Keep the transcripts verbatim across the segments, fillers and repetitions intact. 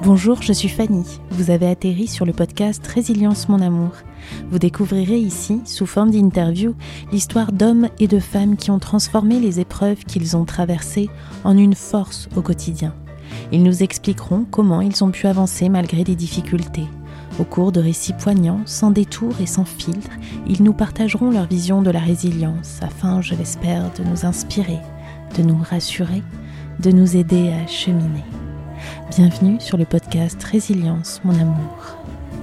Bonjour, je suis Fanny. Vous avez atterri sur le podcast Résilience mon amour. Vous découvrirez ici, sous forme d'interview, l'histoire d'hommes et de femmes qui ont transformé les épreuves qu'ils ont traversées en une force au quotidien. Ils nous expliqueront comment ils ont pu avancer malgré des difficultés. Au cours de récits poignants, sans détour et sans filtre, ils nous partageront leur vision de la résilience afin, je l'espère, de nous inspirer, de nous rassurer, de nous aider à cheminer. Bienvenue sur le podcast Résilience mon amour.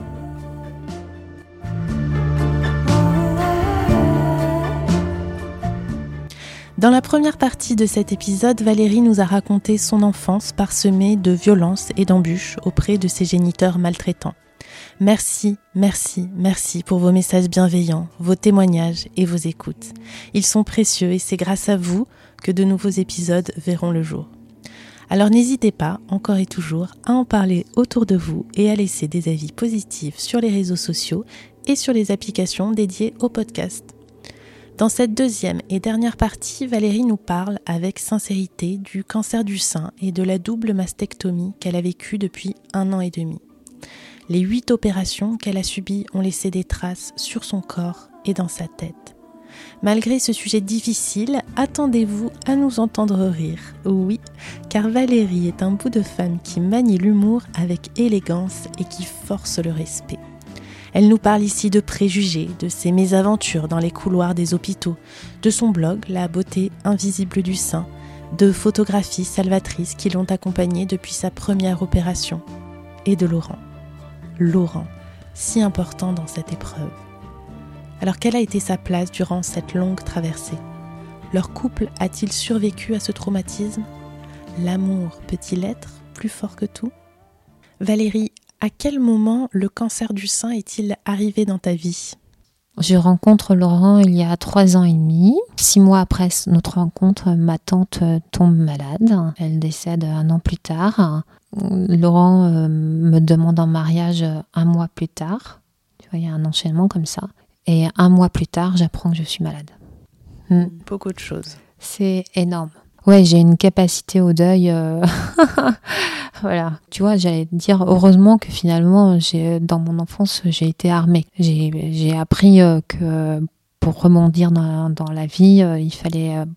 Dans la première partie de cet épisode, Valérie nous a raconté son enfance parsemée de violences et d'embûches auprès de ses géniteurs maltraitants. Merci, merci, merci pour vos messages bienveillants, vos témoignages et vos écoutes. Ils sont précieux et c'est grâce à vous que de nouveaux épisodes verront le jour. Alors n'hésitez pas, encore et toujours, à en parler autour de vous et à laisser des avis positifs sur les réseaux sociaux et sur les applications dédiées au podcast. Dans cette deuxième et dernière partie, Valérie nous parle avec sincérité du cancer du sein et de la double mastectomie qu'elle a vécue depuis un an et demi. Les huit opérations qu'elle a subies ont laissé des traces sur son corps et dans sa tête. Malgré ce sujet difficile, attendez-vous à nous entendre rire. Oui, car Valérie est un bout de femme qui manie l'humour avec élégance et qui force le respect. Elle nous parle ici de préjugés, de ses mésaventures dans les couloirs des hôpitaux, de son blog « La beauté invisible du sein », de photographies salvatrices qui l'ont accompagnée depuis sa première opération, et de Laurent. Laurent, si important dans cette épreuve. Alors quelle a été sa place durant cette longue traversée ? Leur couple a-t-il survécu à ce traumatisme ? L'amour peut-il être plus fort que tout ? Valérie, à quel moment le cancer du sein est-il arrivé dans ta vie ? Je rencontre Laurent il y a trois ans et demi. Six mois après notre rencontre, ma tante tombe malade. Elle décède un an plus tard. Laurent euh, me demande en mariage un mois plus tard. Tu vois, il y a un enchaînement comme ça. Et un mois plus tard, j'apprends que je suis malade. Hmm. Beaucoup de choses. C'est énorme. Ouais, j'ai une capacité au deuil. Euh... voilà. Tu vois, j'allais te dire, heureusement que finalement, j'ai, dans mon enfance, j'ai été armée. J'ai, j'ai appris euh, que pour rebondir dans, dans la vie, euh, il fallait... Euh,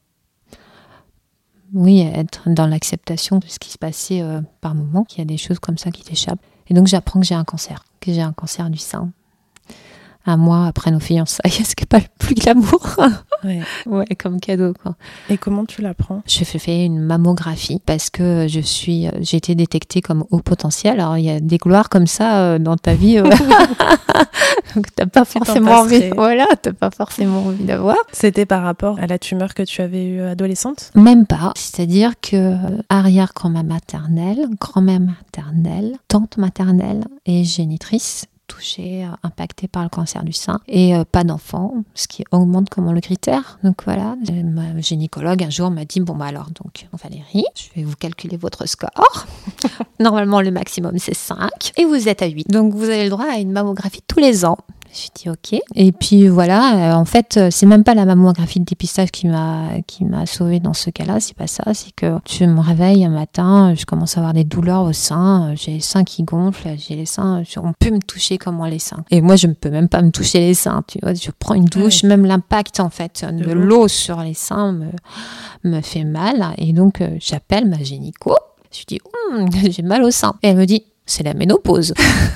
oui, être dans l'acceptation de ce qui se passait euh, par moment, qu'il y a des choses comme ça qui t'échappent. Et donc, j'apprends que j'ai un cancer, que j'ai un cancer du sein. Un mois après nos fiançailles, ce qui n'est pas le plus glamour. Ouais. Ouais, comme cadeau, quoi. Et comment tu l'apprends ? Je fais une mammographie parce que je suis, j'ai été détectée comme haut potentiel. Alors, il y a des gloires comme ça euh, dans ta vie. Euh... Donc, t'as pas forcément envie, voilà, t'as pas forcément envie d'avoir. C'était par rapport à la tumeur que tu avais eue adolescente ? Même pas. C'est-à-dire que arrière-grand-mère maternelle, grand-mère maternelle, tante maternelle et génitrice, touchée, impactée par le cancer du sein et euh, pas d'enfant, ce qui augmente comment le critère. Donc voilà, ma gynécologue un jour m'a dit bon bah alors donc Valérie, je vais vous calculer votre score. Normalement le maximum c'est cinq et vous êtes à huit. Donc vous avez le droit à une mammographie tous les ans. J'ai dit ok. Et puis voilà, euh, en fait, c'est même pas la mammographie de dépistage qui m'a qui m'a sauvée dans ce cas-là. C'est pas ça. C'est que je me réveille un matin, je commence à avoir des douleurs au sein, j'ai les seins qui gonflent, j'ai les seins. On peut me toucher comme moi les seins. Et moi, je ne peux même pas me toucher les seins. Tu vois, je prends une douche, ouais. Même l'impact en fait de, de l'eau sur les seins me me fait mal. Et donc euh, j'appelle ma gynéco. Je lui dis hm, j'ai mal au sein. Et elle me dit c'est la ménopause.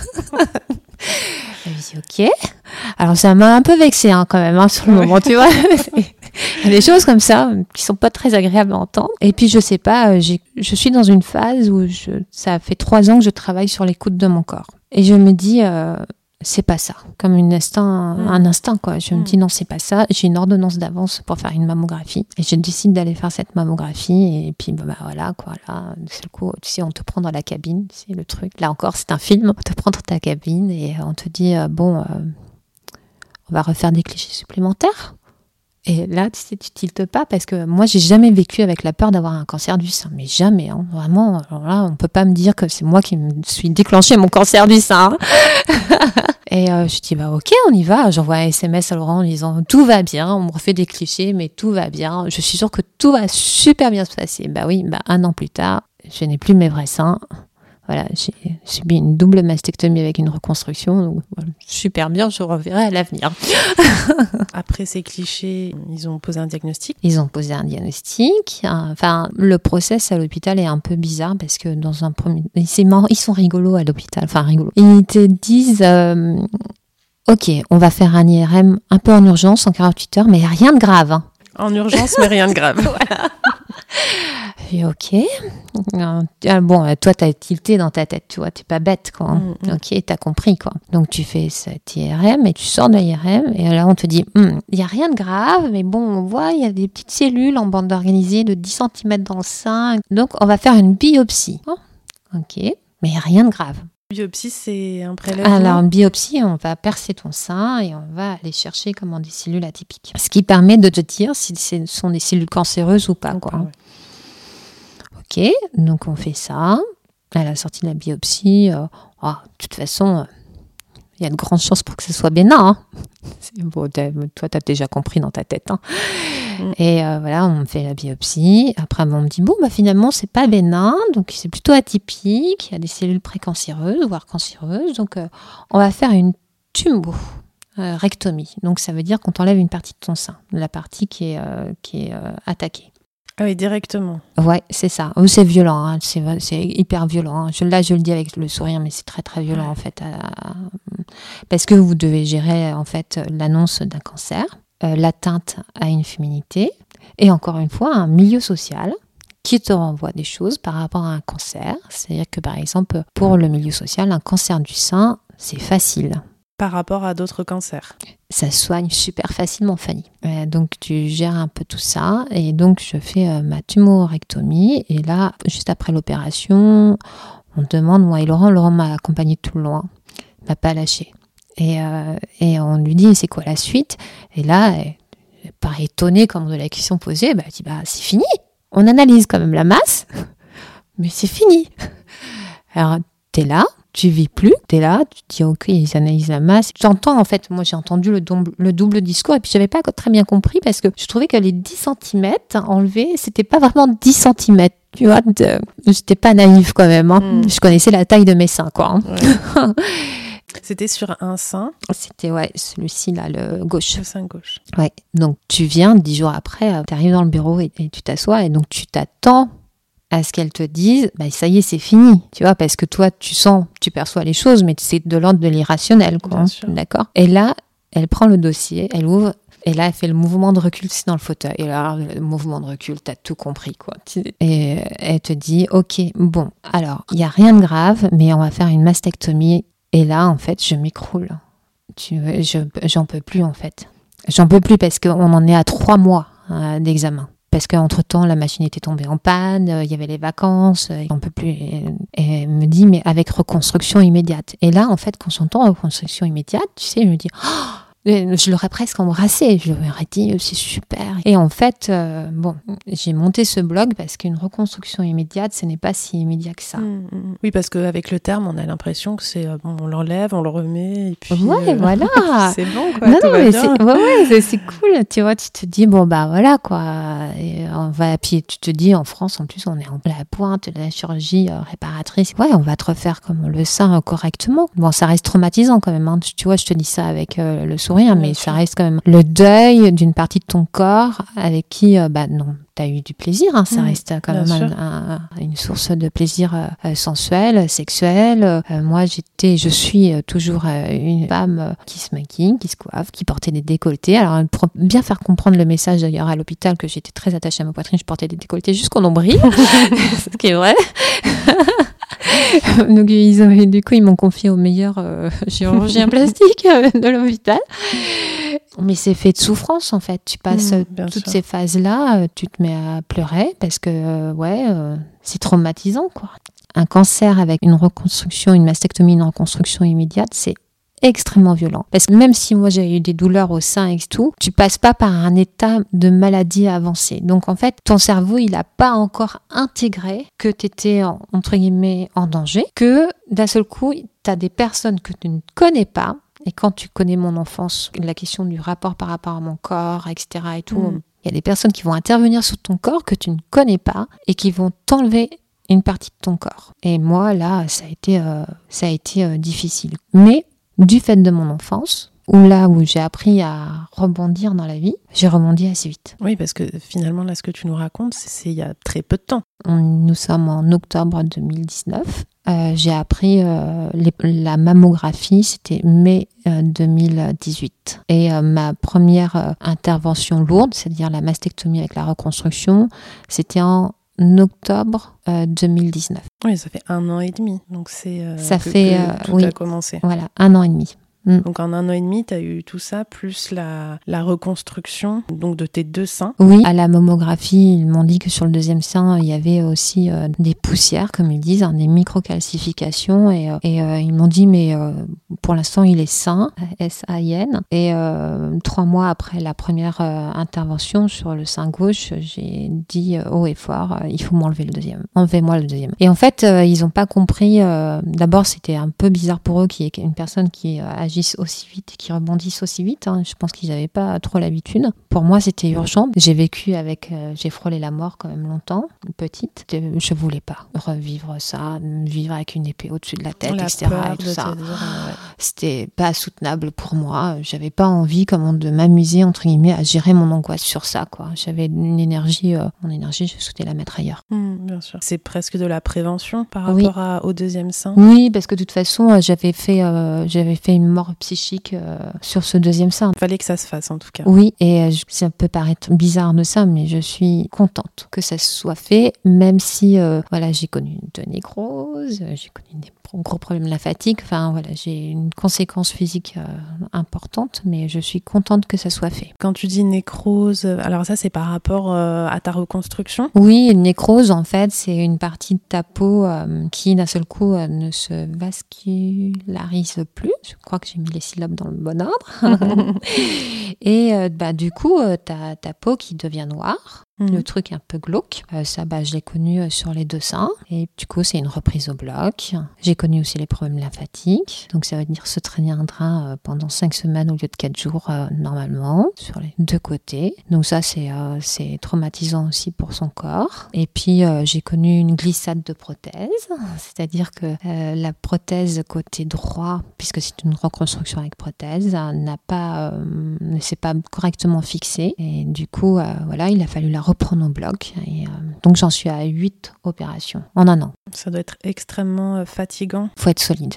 Je me dis ok. Alors ça m'a un peu vexée hein, quand même hein, sur le ouais. moment, tu vois. Il y a des choses comme ça qui sont pas très agréables à entendre. Et puis je sais pas, j'ai, je suis dans une phase où je, ça fait trois ans que je travaille sur l'écoute de mon corps. Et je me dis euh, c'est pas ça, comme une instinct, mmh. un instinct quoi. Je mmh. me dis non c'est pas ça. J'ai une ordonnance d'avance pour faire une mammographie et je décide d'aller faire cette mammographie et puis bah, bah voilà quoi là. C'est le coup, tu sais on te prend dans la cabine, c'est le truc. Là encore c'est un film, on te prend dans ta cabine et on te dit euh, bon euh, on va refaire des clichés supplémentaires. Et là, tu sais, tu tiltes pas parce que moi, j'ai jamais vécu avec la peur d'avoir un cancer du sein, mais jamais, hein, vraiment. Alors là, on peut pas me dire que c'est moi qui me suis déclenché mon cancer du sein. Et euh, je dis bah ok, on y va. J'envoie un S M S à Laurent en disant tout va bien. On me refait des clichés, mais tout va bien. Je suis sûre que tout va super bien se passer. Bah oui, bah un an plus tard, je n'ai plus mes vrais seins. voilà, j'ai subi une double mastectomie avec une reconstruction. Donc, voilà, super bien, je reverrai à l'avenir. Après ces clichés, ils ont posé un diagnostic. Ils ont posé un diagnostic. Enfin, le process à l'hôpital est un peu bizarre parce que dans un premier... C'est marrant, ils sont rigolos à l'hôpital. Enfin, rigolos. Ils te disent... Euh... Ok, on va faire un I R M un peu en urgence, en quarante-huit heures, mais rien de grave. Hein. En urgence, mais rien de grave. Voilà. Et ok. Euh, bon, toi, t'as tilté dans ta tête, tu vois, t'es pas bête, quoi. Hein. Mm-hmm. Ok, t'as compris, quoi. Donc, tu fais cet I R M et tu sors de l'I R M et là, on te dit, il hm, n'y a rien de grave, mais bon, on voit, il y a des petites cellules en bande organisée de dix centimètres dans le sein. Donc, on va faire une biopsie. Oh, ok, mais rien de grave. Biopsie, c'est un prélèvement. Alors, une biopsie, on va percer ton sein et on va aller chercher comment des cellules atypiques. Ce qui permet de te dire si ce sont des cellules cancéreuses ou pas, quoi. Ouais. Ok, donc on fait ça. À la sortie de la biopsie, euh, oh, de toute façon, il euh, y a de grandes chances pour que ce soit bénin. Hein. C'est, bon, toi, tu as déjà compris dans ta tête. Hein. Mm. Et euh, voilà, on fait la biopsie. Après, on me dit, bon, bah, finalement, c'est pas bénin, donc c'est plutôt atypique. Il y a des cellules précancéreuses, voire cancéreuses. Donc, euh, on va faire une tumbo. Euh, rectomie. Donc, ça veut dire qu'on t'enlève une partie de ton sein, la partie qui est, euh, qui est euh, attaquée. Ah oui, directement. Ouais, c'est ça. Oh, c'est violent, hein. c'est, c'est hyper violent. Hein. Je, là, je le dis avec le sourire, mais c'est très, très violent, ouais. en fait. À... Parce que vous devez gérer, en fait, l'annonce d'un cancer, euh, l'atteinte à une féminité, et encore une fois, un milieu social qui te renvoie des choses par rapport à un cancer. C'est-à-dire que, par exemple, pour le milieu social, un cancer du sein, c'est facile. Par rapport à d'autres cancers. Ça se soigne super facilement, Fanny. Euh, donc, tu gères un peu tout ça. Et donc, je fais euh, ma tumorectomie. Et là, juste après l'opération, on demande, moi et Laurent, Laurent m'a accompagnée tout le long. Il m'a pas lâchée. Et, euh, et on lui dit, c'est quoi la suite ? Et là, elle, elle paraît étonnée comme de la question posée. Bah, elle dit, bah, c'est fini. On analyse quand même la masse, mais c'est fini. Alors, t'es là. Tu vis plus, t'es là, tu te dis ok, ils analysent la masse. J'entends en fait, moi j'ai entendu le double, le double discours et puis j'avais pas très bien compris parce que je trouvais que les dix centimètres enlevés, c'était pas vraiment dix centimètres, tu vois. De... J'étais pas naïve quand même, hein. Mm. Je connaissais la taille de mes seins, quoi. Hein. Ouais. C'était sur un sein. C'était, ouais, celui-ci là, le gauche. Le sein gauche. Ouais, donc tu viens, dix jours après, tu arrives dans le bureau et, et tu t'assois et donc tu t'attends à ce qu'elles te disent, bah, ça y est, c'est fini, tu vois, parce que toi, tu sens, tu perçois les choses, mais c'est de l'ordre de l'irrationnel, quoi, hein, d'accord ? Et là, elle prend le dossier, elle ouvre, et là, elle fait le mouvement de recul, c'est dans le fauteuil. Et là, le mouvement de recul, t'as tout compris, quoi. Et elle te dit, ok, bon, alors, il n'y a rien de grave, mais on va faire une mastectomie. Et là, en fait, je m'écroule. Tu, je, j'en peux plus, en fait. J'en peux plus parce qu'on en est à trois mois euh, d'examen. Parce qu'entre-temps, la machine était tombée en panne, il euh, y avait les vacances, euh, on peut plus. Et, et elle me dit, mais avec reconstruction immédiate. Et là, en fait, quand j'entends reconstruction immédiate, tu sais, je me dis, oh, je l'aurais presque embrassé. Je lui aurais dit, c'est super. Et en fait, euh, bon, j'ai monté ce blog parce qu'une reconstruction immédiate, ce n'est pas si immédiat que ça. Mmh, mmh. Oui, parce qu'avec le terme, on a l'impression que c'est, euh, bon, on l'enlève, on le remet, et puis... Ouais, euh, voilà. C'est bon, quoi. Non, tout non, va mais bien. c'est, ouais, ouais, c'est, c'est cool. Tu vois, tu te dis, bon, bah voilà, quoi. Et on va, puis tu te dis, en France, en plus, on est en la pointe de la chirurgie euh, réparatrice. Ouais, on va te refaire comme le sein euh, correctement. Bon, ça reste traumatisant quand même. Hein. Tu vois, je te dis ça avec euh, le sourire, mais ça reste quand même le deuil d'une partie de ton corps avec qui, euh, bah non, t'as eu du plaisir, hein, ça mmh, reste quand même un, un, une source de plaisir euh, sensuel, sexuel. Euh, moi, j'étais, je suis euh, toujours euh, une femme euh, qui se maquille, qui se coiffe, qui portait des décolletés. Alors, pour bien faire comprendre le message d'ailleurs à l'hôpital que j'étais très attachée à ma poitrine, je portais des décolletés jusqu'au nombril, ce qui est vrai. Donc ils ont, du coup ils m'ont confié au meilleur euh, chirurgien plastique euh, de l'hôpital. Mais c'est fait de souffrance en fait. Tu passes mmh, toutes sûr. Ces phases-là, euh, tu te mets à pleurer parce que euh, ouais, euh, c'est traumatisant quoi. Un cancer avec une reconstruction, une mastectomie, une reconstruction immédiate, c'est extrêmement violent. Parce que même si moi j'ai eu des douleurs au sein et tout, tu passes pas par un état de maladie avancée. Donc en fait, ton cerveau, il a pas encore intégré que tu étais entre guillemets en danger, que d'un seul coup, tu as des personnes que tu ne connais pas. Et quand tu connais mon enfance, la question du rapport par rapport à mon corps, et cetera et tout, il mmh. y a des personnes qui vont intervenir sur ton corps que tu ne connais pas et qui vont t'enlever une partie de ton corps. Et moi, là, ça a été, euh, ça a été euh, difficile. Mais du fait de mon enfance, où là où j'ai appris à rebondir dans la vie, j'ai rebondi assez vite. Oui, parce que finalement, là, ce que tu nous racontes, c'est, c'est il y a très peu de temps. On, nous sommes en octobre deux mille dix-neuf. Euh, j'ai appris euh, les, la mammographie, c'était mai euh, deux mille dix-huit. Et euh, ma première euh, intervention lourde, c'est-à-dire la mastectomie avec la reconstruction, c'était en octobre euh, deux mille dix-neuf. Oui, ça fait un an et demi. Donc c'est euh, ça que, fait, que euh, tout oui, a commencé. Voilà, un an et demi. Mm. Donc en un an et demi, tu as eu tout ça, plus la, la reconstruction donc de tes deux seins. Oui, à la mammographie, ils m'ont dit que sur le deuxième sein, il y avait aussi euh, des poussières, comme ils disent, hein, des microcalcifications. Et, euh, et euh, ils m'ont dit, mais euh, pour l'instant, il est sain, S A I N. Et euh, trois mois après la première euh, intervention sur le sein gauche, j'ai dit euh, haut et fort, euh, il faut m'enlever le deuxième. Enlevez-moi le deuxième. Et en fait, euh, ils n'ont pas compris. Euh, d'abord, c'était un peu bizarre pour eux qu'il y ait une personne qui euh, agissent aussi vite et qui rebondissent aussi vite. Hein. Je pense qu'ils n'avaient pas trop l'habitude. Pour moi, c'était urgent. J'ai vécu avec... Euh, j'ai frôlé la mort quand même longtemps, petite. Je voulais pas revivre ça, vivre avec une épée au-dessus de la tête, la et cetera. Peur et tout de ça. te dire, ouais. C'était pas soutenable pour moi. J'avais pas envie comment, de m'amuser, entre guillemets, à gérer mon angoisse sur ça. Quoi. J'avais une énergie... Euh, mon énergie, je souhaitais la mettre ailleurs. Mmh, bien sûr. C'est presque de la prévention par Oui. rapport à, au deuxième sein. Oui, parce que de toute façon, j'avais fait, euh, j'avais fait une mort psychique euh, sur ce deuxième sein. Il fallait que ça se fasse en tout cas. Oui, et euh, ça peut paraître bizarre de ça, mais je suis contente que ça soit fait, même si euh, voilà, j'ai connu de nécrose, j'ai connu des gros problèmes lymphatiques, enfin voilà, j'ai une conséquence physique euh, importante, mais je suis contente que ça soit fait. Quand tu dis nécrose, alors ça c'est par rapport euh, à ta reconstruction ? Oui, une nécrose en fait, c'est une partie de ta peau euh, qui d'un seul coup euh, ne se vascularise plus. Je crois que j'ai mis les syllabes dans le bon ordre. Et euh, bah, du coup, euh, t'as ta peau qui devient noire. Mmh. Le truc un peu glauque. Euh, ça, bah, je l'ai connu euh, sur les deux seins. Et du coup, c'est une reprise au bloc. J'ai connu aussi les problèmes lymphatiques. Donc, ça veut dire se traîner un drain euh, pendant cinq semaines au lieu de quatre jours euh, normalement, sur les deux côtés. Donc, ça, c'est, euh, c'est traumatisant aussi pour son corps. Et puis, euh, j'ai connu une glissade de prothèse. C'est-à-dire que euh, la prothèse côté droit, puisque c'est une reconstruction avec prothèse, euh, n'a pas, euh, ne s'est pas correctement fixée. Et du coup, euh, voilà, il a fallu la reprendre au bloc. Et, euh, donc j'en suis à huit opérations en un an. Ça doit être extrêmement euh, fatigant. Il faut être solide.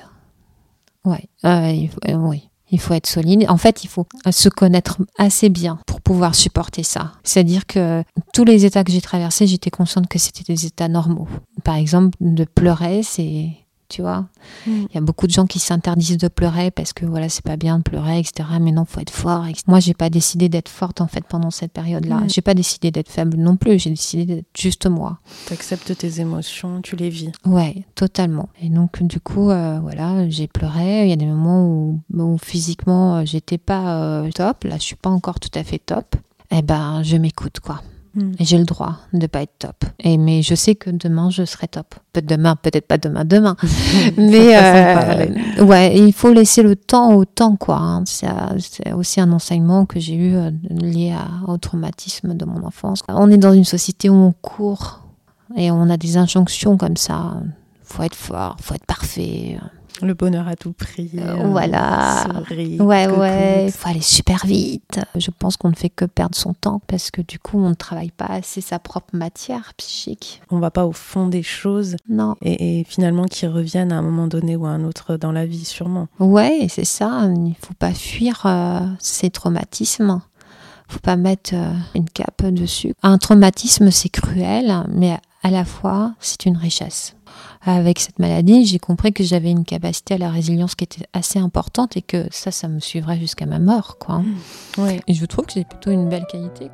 Ouais, euh, il faut, euh, oui. Il faut être solide. En fait, il faut se connaître assez bien pour pouvoir supporter ça. C'est-à-dire que tous les états que j'ai traversés, j'étais consciente que c'était des états normaux. Par exemple, de pleurer, c'est... Tu vois, il mm. y a beaucoup de gens qui s'interdisent de pleurer parce que voilà, c'est pas bien de pleurer, et cetera. Mais non, faut être fort. et cetera. Moi, j'ai pas décidé d'être forte en fait pendant cette période-là. Mm. J'ai pas décidé d'être faible non plus. J'ai décidé d'être juste moi. T'acceptes tes émotions, tu les vis. Ouais, totalement. Et donc du coup, euh, voilà, j'ai pleuré. Il y a des moments où, où physiquement, j'étais pas euh, top. Là, je suis pas encore tout à fait top. Eh ben, je m'écoute quoi. Mm. Et j'ai le droit de pas être top. Et mais je sais que demain je serai top. Peut-être demain, peut-être pas demain, demain. mais euh, ouais, il faut laisser le temps au temps quoi. Hein. C'est, c'est aussi un enseignement que j'ai eu euh, lié à, au traumatisme de mon enfance. On est dans une société où on court et on a des injonctions comme ça. Faut être fort, faut être parfait. Le bonheur à tout prix. Euh, voilà. Souris, ouais, ouais. Il faut aller super vite. Je pense qu'on ne fait que perdre son temps parce que du coup, on ne travaille pas assez sa propre matière psychique. On ne va pas au fond des choses. Non. Et, et finalement, qui reviennent à un moment donné ou à un autre dans la vie, sûrement. Ouais, c'est ça. Il ne faut pas fuir euh, ces traumatismes. Il ne faut pas mettre euh, une cape dessus. Un traumatisme, c'est cruel, mais à la fois, c'est une richesse. Avec cette maladie, j'ai compris que j'avais une capacité à la résilience qui était assez importante et que ça, ça me suivrait jusqu'à ma mort, quoi. Mmh. Ouais. Et je trouve que j'ai plutôt une belle qualité.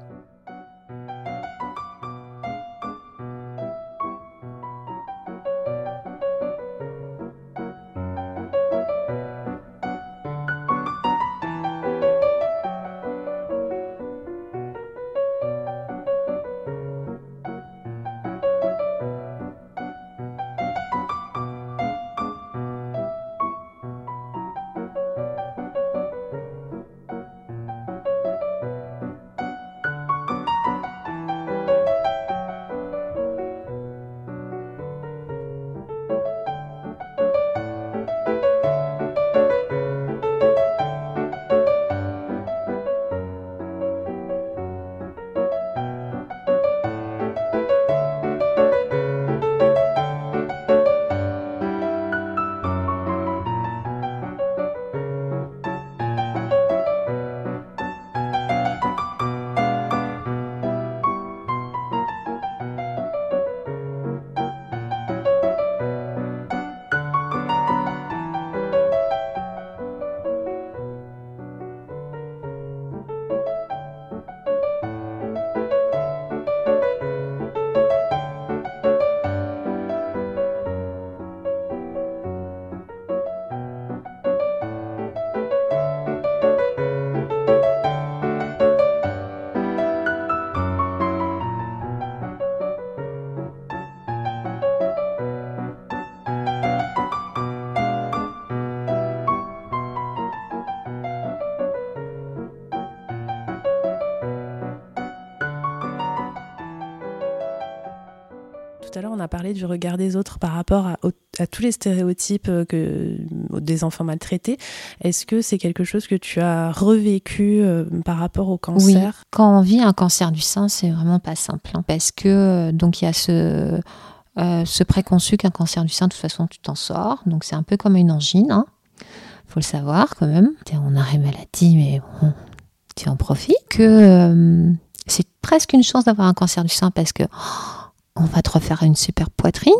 on a parlé du regard des autres par rapport à, à tous les stéréotypes que, des enfants maltraités. Est-ce que c'est quelque chose que tu as revécu euh, par rapport au cancer ? Oui, quand on vit un cancer du sein, c'est vraiment pas simple. Hein, parce que, donc, il y a ce, euh, ce préconçu qu'un cancer du sein, de toute façon, tu t'en sors. Donc, c'est un peu comme une angine, hein. Faut le savoir quand même. T'es en arrêt maladie, mais bon, tu en profites. Que euh, c'est presque une chance d'avoir un cancer du sein parce que oh, on va te refaire une super poitrine.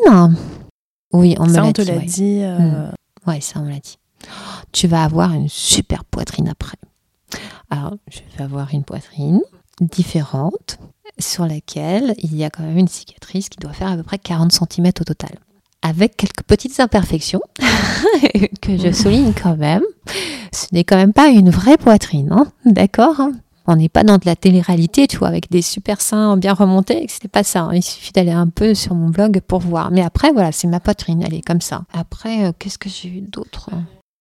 Oui, on me ça, l'a on te dit. l'a Ouais. dit. Euh... Mmh. Ouais, ça, on me l'a dit. Tu vas avoir une super poitrine après. Alors, je vais avoir une poitrine différente sur laquelle il y a quand même une cicatrice qui doit faire à peu près quarante centimètres au total. Avec quelques petites imperfections que je souligne quand même. Ce n'est quand même pas une vraie poitrine, hein, d'accord, hein. On n'est pas dans de la télé-réalité, tu vois, avec des super seins bien remontés. C'est pas ça, hein. Il suffit d'aller un peu sur mon blog pour voir. Mais après, voilà, c'est ma poitrine, elle est comme ça. Après, euh, qu'est-ce que j'ai eu d'autre ?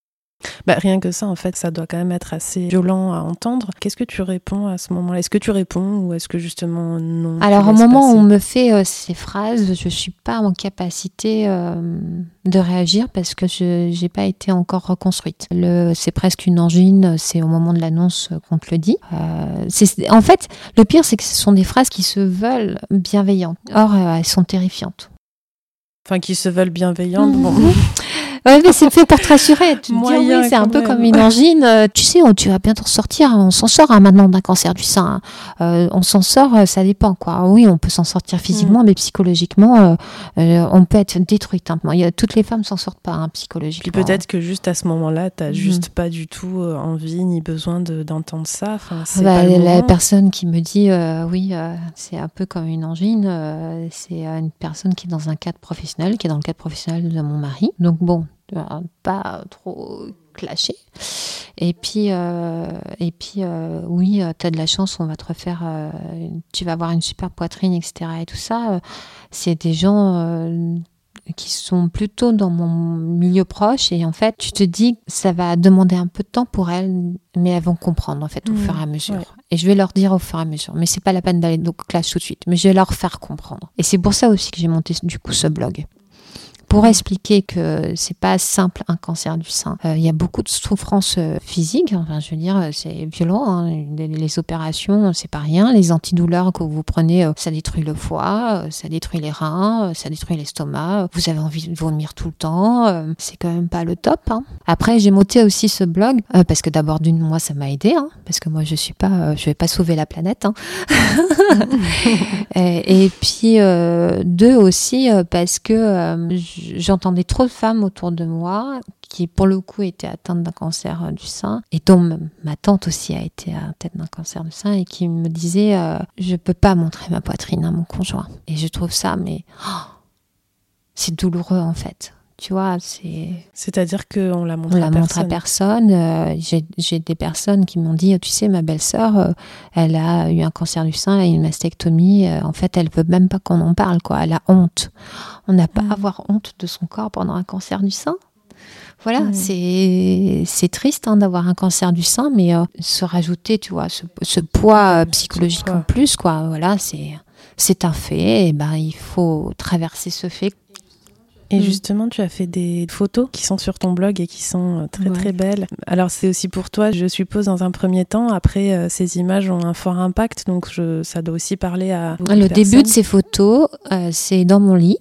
Bah, rien que ça, en fait, ça doit quand même être assez violent à entendre. Qu'est-ce que tu réponds à ce moment-là ? Est-ce que tu réponds ou est-ce que justement non ? Alors, au moment où on me fait euh, ces phrases, je suis pas en capacité euh, de réagir parce que je j'ai pas été encore reconstruite. Le, c'est presque une angine, c'est au moment de l'annonce qu'on te le dit. Euh, c'est, en fait, le pire, c'est que ce sont des phrases qui se veulent bienveillantes. Or, euh, elles sont terrifiantes. Enfin, qui se veulent bienveillantes, mmh. bon... Ouais, mais c'est fait pour te rassurer. Tu te Moyen, dis, oui, c'est un peu même. comme une angine. Euh, tu sais, on, tu vas bientôt sortir. On s'en sort hein, maintenant d'un cancer du sein. Euh, on s'en sort, euh, ça dépend, quoi. Oui, on peut s'en sortir physiquement, mmh. mais psychologiquement, euh, euh, on peut être détruite. Hein. Il y a, toutes les femmes s'en sortent pas hein, psychologiquement. Puis peut-être que juste à ce moment-là, t'as mmh. juste pas du tout euh, envie ni besoin de, d'entendre ça. Enfin, c'est bah, pas le la moment. personne qui me dit, euh, oui, euh, c'est un peu comme une angine, euh, c'est une personne qui est dans un cadre professionnel, qui est dans le cadre professionnel de mon mari. Donc bon, pas trop clashé. Et puis, euh, et puis euh, oui, tu as de la chance, on va te refaire, euh, tu vas avoir une super poitrine, et cetera. Et tout ça, euh, c'est des gens euh, qui sont plutôt dans mon milieu proche. Et en fait, tu te dis que ça va demander un peu de temps pour elles, mais elles vont comprendre en fait au mmh, fur et à mesure. Ouais. Et je vais leur dire au fur et à mesure. Mais c'est pas la peine d'aller au clash tout de suite. Mais je vais leur faire comprendre. Et c'est pour ça aussi que j'ai monté du coup ce blog. Pour expliquer que c'est pas simple un cancer du sein. Il euh, y a beaucoup de souffrances euh, physiques. Enfin, je veux dire, c'est violent. Hein. Les, les opérations, c'est pas rien. Les antidouleurs que vous prenez, euh, ça détruit le foie, euh, ça détruit les reins, euh, ça détruit l'estomac. Euh, vous avez envie de vomir tout le temps. Euh, c'est quand même pas le top. Hein. Après, j'ai monté aussi ce blog euh, parce que d'abord d'une, moi, ça m'a aidé. Hein, parce que moi, je suis pas, euh, je vais pas sauver la planète. Hein. et, et puis euh, deux aussi euh, parce que euh, j'entendais trop de femmes autour de moi qui, pour le coup, étaient atteintes d'un cancer du sein et dont ma tante aussi a été atteinte d'un cancer du sein et qui me disait euh, je peux pas montrer ma poitrine à mon conjoint. Et je trouve ça, mais oh, c'est douloureux en fait. Tu vois, c'est... C'est-à-dire qu'on la montre on à la personne. montre à personne. Euh, j'ai, j'ai des personnes qui m'ont dit, tu sais, ma belle-sœur, euh, elle a eu un cancer du sein, elle a eu une mastectomie. Euh, en fait, elle veut même pas qu'on en parle, quoi. Elle a honte. On n'a pas à avoir honte de son corps pendant un cancer du sein. Voilà, mmh. c'est, c'est triste hein, d'avoir un cancer du sein, mais euh, se rajouter, tu vois, ce, ce poids euh, psychologique ce poids. En plus, quoi. Voilà, c'est, c'est un fait. Et ben, il faut traverser ce fait. Et justement, tu as fait des photos qui sont sur ton blog et qui sont très ouais. très belles. Alors c'est aussi pour toi, je suppose, dans un premier temps. Après, euh, ces images ont un fort impact, donc je, ça doit aussi parler à beaucoup Le de début de ces photos, euh, c'est dans mon lit.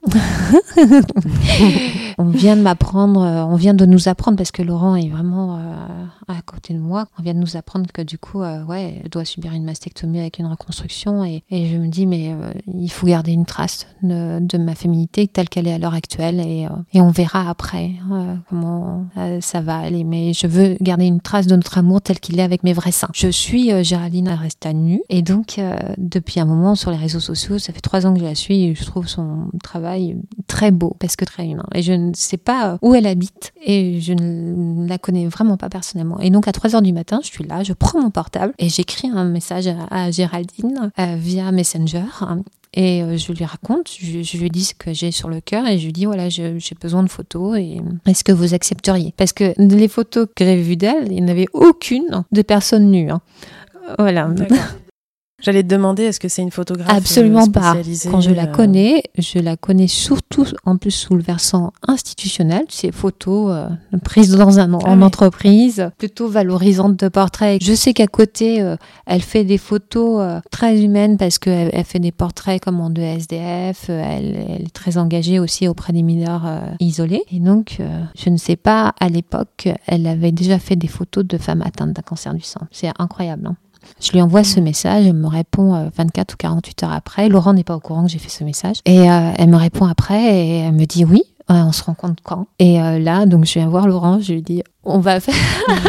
On vient de m'apprendre, euh, on vient de nous apprendre, parce que Laurent est vraiment euh, à côté de moi, on vient de nous apprendre que du coup, euh, ouais, elle doit subir une mastectomie avec une reconstruction. Et, et je me dis, mais euh, il faut garder une trace de, de ma féminité telle qu'elle est à l'heure actuelle. Et, euh, et on verra après euh, comment euh, ça va aller. Mais je veux garder une trace de notre amour tel qu'il est avec mes vrais seins. Je suis euh, Géraldine Arestanu. Et donc, euh, depuis un moment, sur les réseaux sociaux, ça fait trois ans que je la suis et je trouve son travail très beau, parce que très humain. Et je ne sais pas où elle habite et je ne la connais vraiment pas personnellement. Et donc, à trois heures du matin, je suis là, je prends mon portable et j'écris un message à, à Géraldine euh, via Messenger. Hein. Et euh, je lui raconte, je, je lui dis ce que j'ai sur le cœur et je lui dis, voilà, je, j'ai besoin de photos et est-ce que vous accepteriez ? Parce que les photos que j'ai vues d'elle, il n'y en avait aucune de personne nue. Hein. Voilà. D'accord. J'allais te demander, est-ce que c'est une photographe Absolument euh, pas. spécialisée Quand je la euh... connais, je la connais surtout en plus sous le versant institutionnel, c'est photos euh, prises dans un, en ah, entreprise, oui. plutôt valorisantes de portraits. Je sais qu'à côté, euh, elle fait des photos euh, très humaines parce qu'elle elle fait des portraits comme en de S D F, euh, elle, elle est très engagée aussi auprès des mineurs euh, isolés. Et donc, euh, je ne sais pas, à l'époque, elle avait déjà fait des photos de femmes atteintes d'un cancer du sein. C'est incroyable, hein. Je lui envoie ce message, elle me répond euh, vingt-quatre ou quarante-huit heures après. Laurent n'est pas au courant que j'ai fait ce message. Et euh, elle me répond après et elle me dit oui, euh, on se rencontre quand ? Et euh, là, donc je viens voir Laurent, je lui dis on va faire...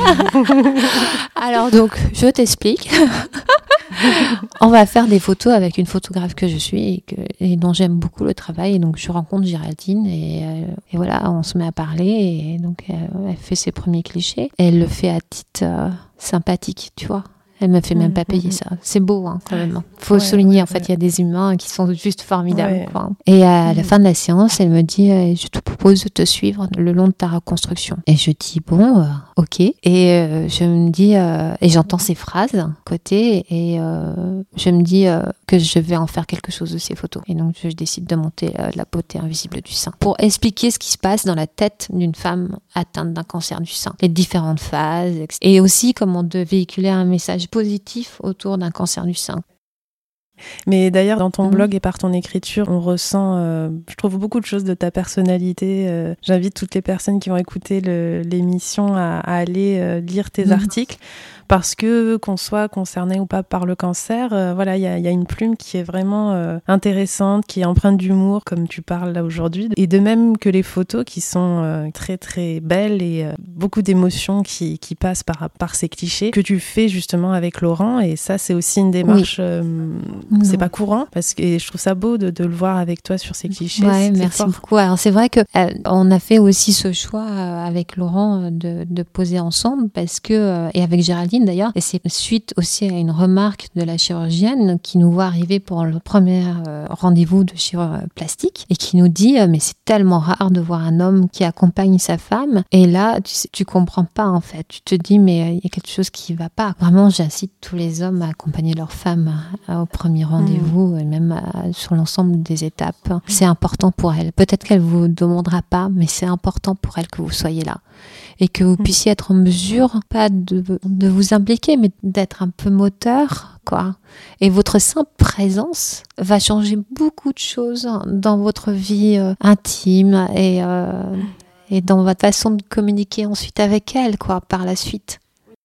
Alors donc, je t'explique. On va faire des photos avec une photographe que je suis et, que, et dont j'aime beaucoup le travail. Et donc, je rencontre Géraldine et, euh, et voilà, on se met à parler. Et donc, euh, elle fait ses premiers clichés. Et elle le fait à titre euh, sympathique, tu vois. Elle me fait même pas payer ça. C'est beau, hein, quand même. Faut ouais, souligner, ouais, en fait, il ouais. y a des humains qui sont juste formidables. Ouais. Quoi. Et à la fin de la séance, elle me dit euh, je te propose de te suivre le long de ta reconstruction. Et je dis bon, euh, ok. Et euh, je me dis euh, et j'entends ces phrases à côté et euh, je me dis euh, que je vais en faire quelque chose de ces photos. Et donc, je décide de monter euh, la beauté invisible du sein pour expliquer ce qui se passe dans la tête d'une femme atteinte d'un cancer du sein, les différentes phases, et cetera. Et aussi comment de véhiculer un message positif autour d'un cancer du sein. Mais d'ailleurs, dans ton mmh. blog et par ton écriture, on ressent, euh, je trouve, beaucoup de choses de ta personnalité. Euh, j'invite toutes les personnes qui vont écouter le, l'émission à, à aller euh, lire tes mmh. articles. Parce que qu'on soit concerné ou pas par le cancer, euh, voilà, il y a, y a une plume qui est vraiment euh, intéressante, qui est empreinte d'humour, comme tu parles là aujourd'hui. Et de même que les photos qui sont euh, très très belles et euh, beaucoup d'émotions qui, qui passent par, par ces clichés que tu fais justement avec Laurent. Et ça, c'est aussi une démarche, oui. euh, c'est pas courant, parce que et je trouve ça beau de, de le voir avec toi sur ces clichés. Ouais, c'est, merci c'est beaucoup. Alors c'est vrai que euh, on a fait aussi ce choix euh, avec Laurent de, de poser ensemble, parce que euh, et avec Géraldine d'ailleurs, et c'est suite aussi à une remarque de la chirurgienne qui nous voit arriver pour le premier euh, rendez-vous de chirurgie plastique et qui nous dit euh, mais c'est tellement rare de voir un homme qui accompagne sa femme, et là tu sais, tu comprends pas en fait, tu te dis mais il euh, y a quelque chose qui va pas. Vraiment, j'incite tous les hommes à accompagner leur femme euh, au premier rendez-vous mmh. et même euh, sur l'ensemble des étapes. C'est important pour elle. Peut-être qu'elle vous demandera pas, mais c'est important pour elle que vous soyez là. Et que vous puissiez être en mesure, pas de, de vous impliquer, mais d'être un peu moteur, quoi. Et votre simple présence va changer beaucoup de choses dans votre vie euh, intime et, euh, et dans votre façon de communiquer ensuite avec elle, quoi, par la suite.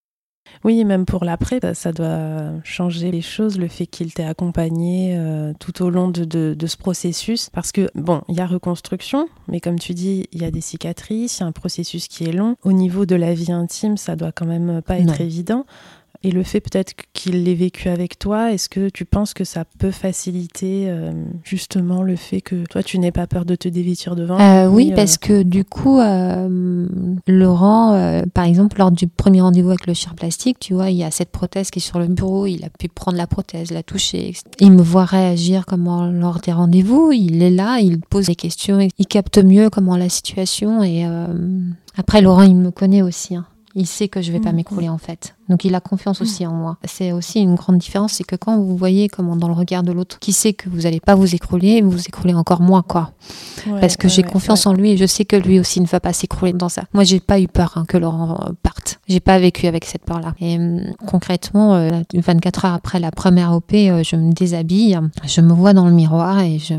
Oui, même pour l'après, ça, ça doit changer les choses, le fait qu'il t'ait accompagné euh, tout au long de, de, de ce processus. Parce que, bon, il y a reconstruction, mais comme tu dis, il y a des cicatrices, il y a un processus qui est long. Au niveau de la vie intime, ça doit quand même pas être non. évident. Et le fait peut-être qu'il l'ait vécu avec toi, est-ce que tu penses que ça peut faciliter euh, justement le fait que toi, tu n'aies pas peur de te dévêtir devant ? euh, Oui, euh... parce que du coup, euh, Laurent, euh, par exemple, lors du premier rendez-vous avec le chirurgien plastique, tu vois, il y a cette prothèse qui est sur le bureau, il a pu prendre la prothèse, la toucher. et cetera. Il me voit réagir comment lors des rendez-vous, il est là, il pose des questions, il capte mieux comment la situation. Et euh, après, Laurent, il me connaît aussi, hein. Il sait que je vais pas mmh. m'écrouler en fait. Donc il a confiance aussi mmh. en moi. C'est aussi une grande différence, c'est que quand vous voyez comment dans le regard de l'autre, qui sait que vous allez pas vous écrouler, vous vous écroulez encore moins, quoi. Ouais, Parce que ouais, j'ai ouais, confiance ouais. en lui et je sais que lui aussi ne va pas s'écrouler dans ça. Moi, j'ai pas eu peur hein, que Laurent parte. J'ai pas vécu avec cette peur-là. Et euh, concrètement, euh, vingt-quatre heures après la première O P, euh, je me déshabille, je me vois dans le miroir et je...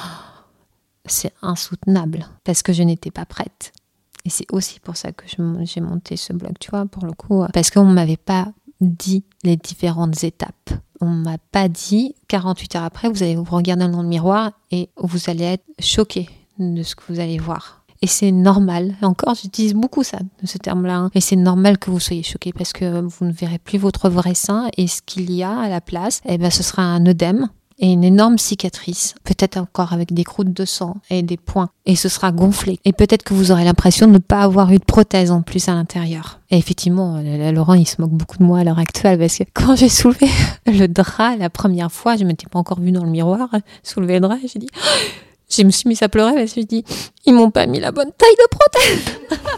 C'est insoutenable parce que je n'étais pas prête. Et c'est aussi pour ça que je, j'ai monté ce blog, tu vois, pour le coup. Parce qu'on ne m'avait pas dit les différentes étapes. On ne m'a pas dit, quarante-huit heures après, vous allez vous regarder dans le miroir et vous allez être choqué de ce que vous allez voir. Et c'est normal. Et encore, j'utilise beaucoup ça, ce terme-là. Hein. Et c'est normal que vous soyez choqué parce que vous ne verrez plus votre vrai sein. Et ce qu'il y a à la place, eh ben, ce sera un œdème. Et une énorme cicatrice, peut-être encore avec des croûtes de sang et des points. Et ce sera gonflé. Et peut-être que vous aurez l'impression de ne pas avoir eu de prothèse en plus à l'intérieur. Et effectivement, Laurent, il se moque beaucoup de moi à l'heure actuelle parce que quand j'ai soulevé le drap la première fois, je ne m'étais pas encore vue dans le miroir, soulever le drap, et j'ai dit... Je me suis mise à pleurer, je me suis dit, ils m'ont pas mis la bonne taille de prothèse.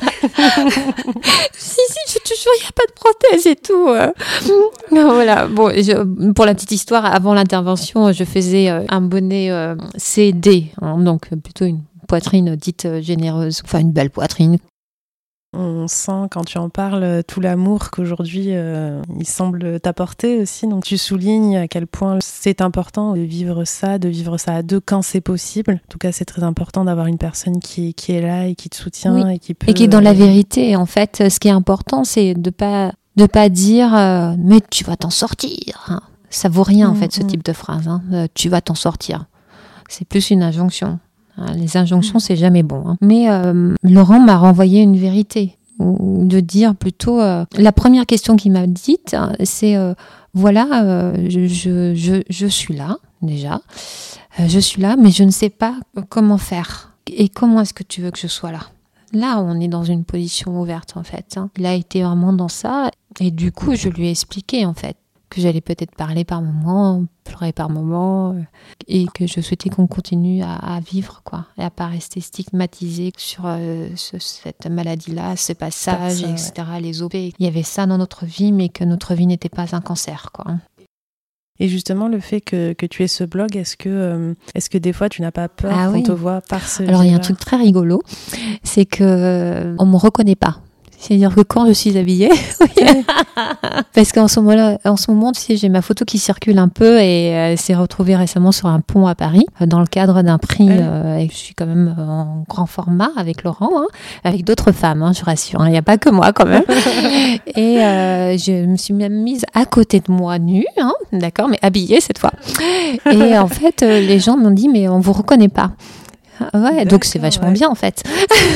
si, si, je te jure, il n'y a pas de prothèse et tout. Voilà. Bon, je, pour la petite histoire, avant l'intervention, je faisais un bonnet euh, C D, hein, donc plutôt une poitrine dite généreuse, enfin une belle poitrine. On sent quand tu en parles tout l'amour qu'aujourd'hui euh, il semble t'apporter aussi. Donc tu soulignes à quel point c'est important de vivre ça, de vivre ça à deux quand c'est possible. En tout cas, c'est très important d'avoir une personne qui, qui est là et qui te soutient oui. et qui peut... Et qui est dans euh... la vérité. En fait, ce qui est important, c'est de pas de pas dire euh, mais tu vas t'en sortir. Ça vaut rien en mmh, fait ce mmh. type de phrase. Hein. Euh, tu vas t'en sortir. C'est plus une injonction. Les injonctions, c'est jamais bon. Hein. Mais euh, Laurent m'a renvoyé une vérité, de dire plutôt... Euh, la première question qu'il m'a dite, c'est euh, voilà, euh, je, je, je, je suis là, déjà. Euh, je suis là, mais je ne sais pas comment faire. Et comment est-ce que tu veux que je sois là ? Là, on est dans une position ouverte, en fait. Hein. Il a été vraiment dans ça. Et du coup, je lui ai expliqué, en fait, que j'allais peut-être parler par moments, pleurer par moments, et que je souhaitais qu'on continue à, à vivre, quoi, et à pas rester stigmatisé sur euh, ce, cette maladie-là, ce passage, ça, et cetera, ouais. Les O P. Il y avait ça dans notre vie, mais que notre vie n'était pas un cancer, quoi. Et justement, le fait que, que tu aies ce blog, est-ce que, euh, est-ce que des fois, tu n'as pas peur ah, qu'on oui. te voit par ce Alors, il y a un truc très rigolo, c'est que on me reconnaît pas. C'est-à-dire que quand je suis habillée, oui. Parce qu'en ce moment-là, en ce moment, tu sais, j'ai ma photo qui circule un peu et elle s'est retrouvée récemment sur un pont à Paris, dans le cadre d'un prix. Ouais. Euh, et je suis quand même en grand format avec Laurent, hein, avec d'autres femmes, hein, je rassure. Il hein, n'y a pas que moi quand même. Et euh, je me suis même mise à côté de moi, nue, hein, d'accord, mais habillée cette fois. Et en fait, euh, les gens m'ont dit, mais on vous reconnaît pas. Ouais, d'accord, donc c'est vachement ouais. bien en fait.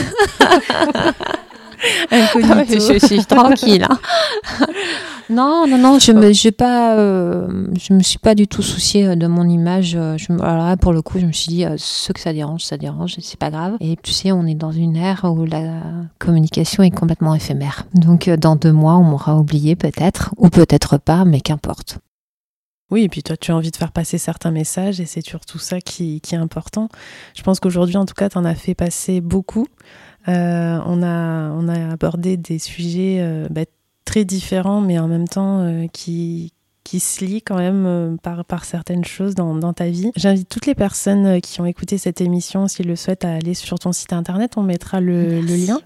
Incognito. je, je suis tranquille. Hein. non, non, non, je me, je pas, euh, je me suis pas du tout souciée de mon image. Je, alors là, pour le coup, je me suis dit, euh, ce que ça dérange, ça dérange, c'est pas grave. Et tu sais, on est dans une ère où la communication est complètement éphémère. Donc, dans deux mois, on m'aura oublié peut-être, ou peut-être pas, mais qu'importe. Oui, et puis toi, tu as envie de faire passer certains messages et c'est surtout ça qui, qui est important. Je pense qu'aujourd'hui, en tout cas, tu en as fait passer beaucoup. Euh, on a, on a abordé des sujets euh, bah, très différents, mais en même temps euh, qui, qui se lient quand même euh, par, par certaines choses dans, dans ta vie. J'invite toutes les personnes qui ont écouté cette émission, s'ils le souhaitent, à aller sur ton site internet. On mettra le, le lien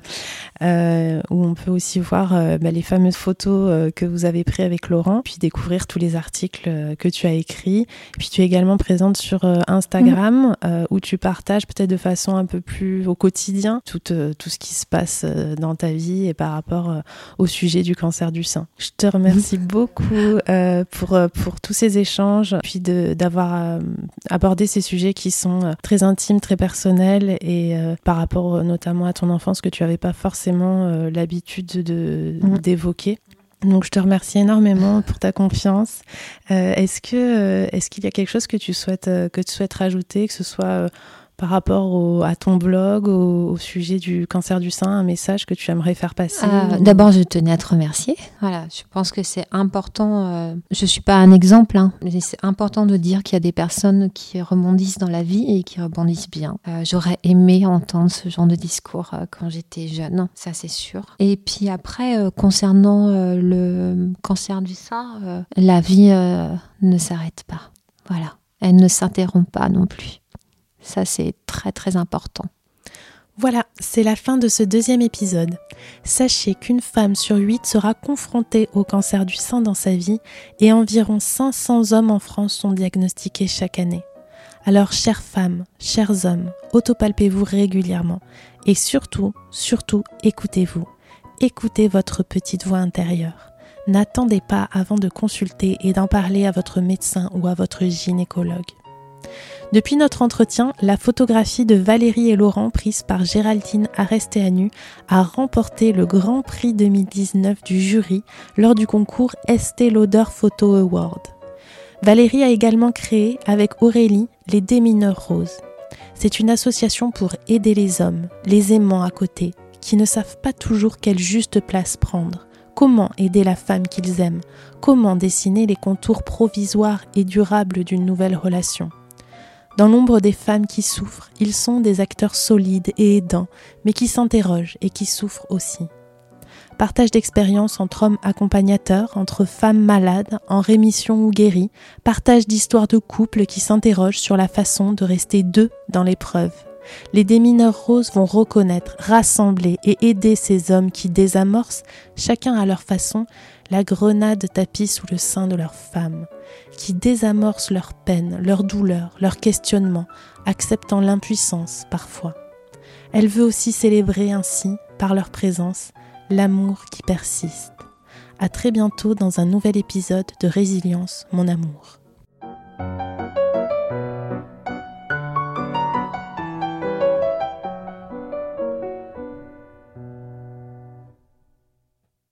euh, où on peut aussi voir euh, bah, les fameuses photos euh, que vous avez prises avec Laurent, puis découvrir tous les articles euh, que tu as écrits. Puis tu es également présente sur euh, Instagram mmh. euh, où tu partages peut-être de façon un peu plus au quotidien tout, euh, tout ce qui se passe euh, dans ta vie et par rapport euh, au sujet du cancer du sein. Je te remercie mmh. beaucoup euh, pour, pour tous ces échanges, puis de, d'avoir euh, abordé ces sujets qui sont euh, très intimes, très personnels et euh, par rapport euh, notamment à ton enfance que tu n'avais pas forcément euh, l'habitude de, mmh. d'évoquer. Donc je te remercie énormément pour ta confiance. Euh, est-ce que, euh, est-ce qu'il y a quelque chose que tu souhaites, euh, que tu souhaites rajouter, que ce soit euh, par rapport au, à ton blog, au, au sujet du cancer du sein, un message que tu aimerais faire passer? euh, D'abord, je tenais à te remercier. Voilà, je pense que c'est important. Euh, je suis pas un exemple, hein, mais c'est important de dire qu'il y a des personnes qui rebondissent dans la vie et qui rebondissent bien. Euh, j'aurais aimé entendre ce genre de discours euh, quand j'étais jeune, ça c'est sûr. Et puis après, euh, concernant euh, le cancer du sein, euh, la vie euh, ne s'arrête pas. Voilà, elle ne s'interrompt pas non plus. Ça, c'est très, très important. Voilà, c'est la fin de ce deuxième épisode. Sachez qu'une femme sur huit sera confrontée au cancer du sein dans sa vie et environ cinq cents hommes en France sont diagnostiqués chaque année. Alors, chères femmes, chers hommes, autopalpez-vous régulièrement et surtout, surtout, écoutez-vous. Écoutez votre petite voix intérieure. N'attendez pas avant de consulter et d'en parler à votre médecin ou à votre gynécologue. Depuis notre entretien, la photographie de Valérie et Laurent prise par Géraldine Aresteanu a remporté le Grand Prix deux mille dix-neuf du jury lors du concours Estée Lauder Photo Award. Valérie a également créé avec Aurélie les Démineurs Roses. C'est une association pour aider les hommes, les aimants à côté, qui ne savent pas toujours quelle juste place prendre. Comment aider la femme qu'ils aiment? Comment dessiner les contours provisoires et durables d'une nouvelle relation? Dans l'ombre des femmes qui souffrent, ils sont des acteurs solides et aidants, mais qui s'interrogent et qui souffrent aussi. Partage d'expériences entre hommes accompagnateurs, entre femmes malades, en rémission ou guéries, partage d'histoires de couples qui s'interrogent sur la façon de rester deux dans l'épreuve. Les démineurs roses vont reconnaître, rassembler et aider ces hommes qui désamorcent, chacun à leur façon, la grenade tapie sous le sein de leurs femmes, qui désamorcent leur peine, leur douleur, leurs questionnements, acceptant l'impuissance parfois. Elle veut aussi célébrer ainsi, par leur présence, l'amour qui persiste. À très bientôt dans un nouvel épisode de Résilience, mon amour.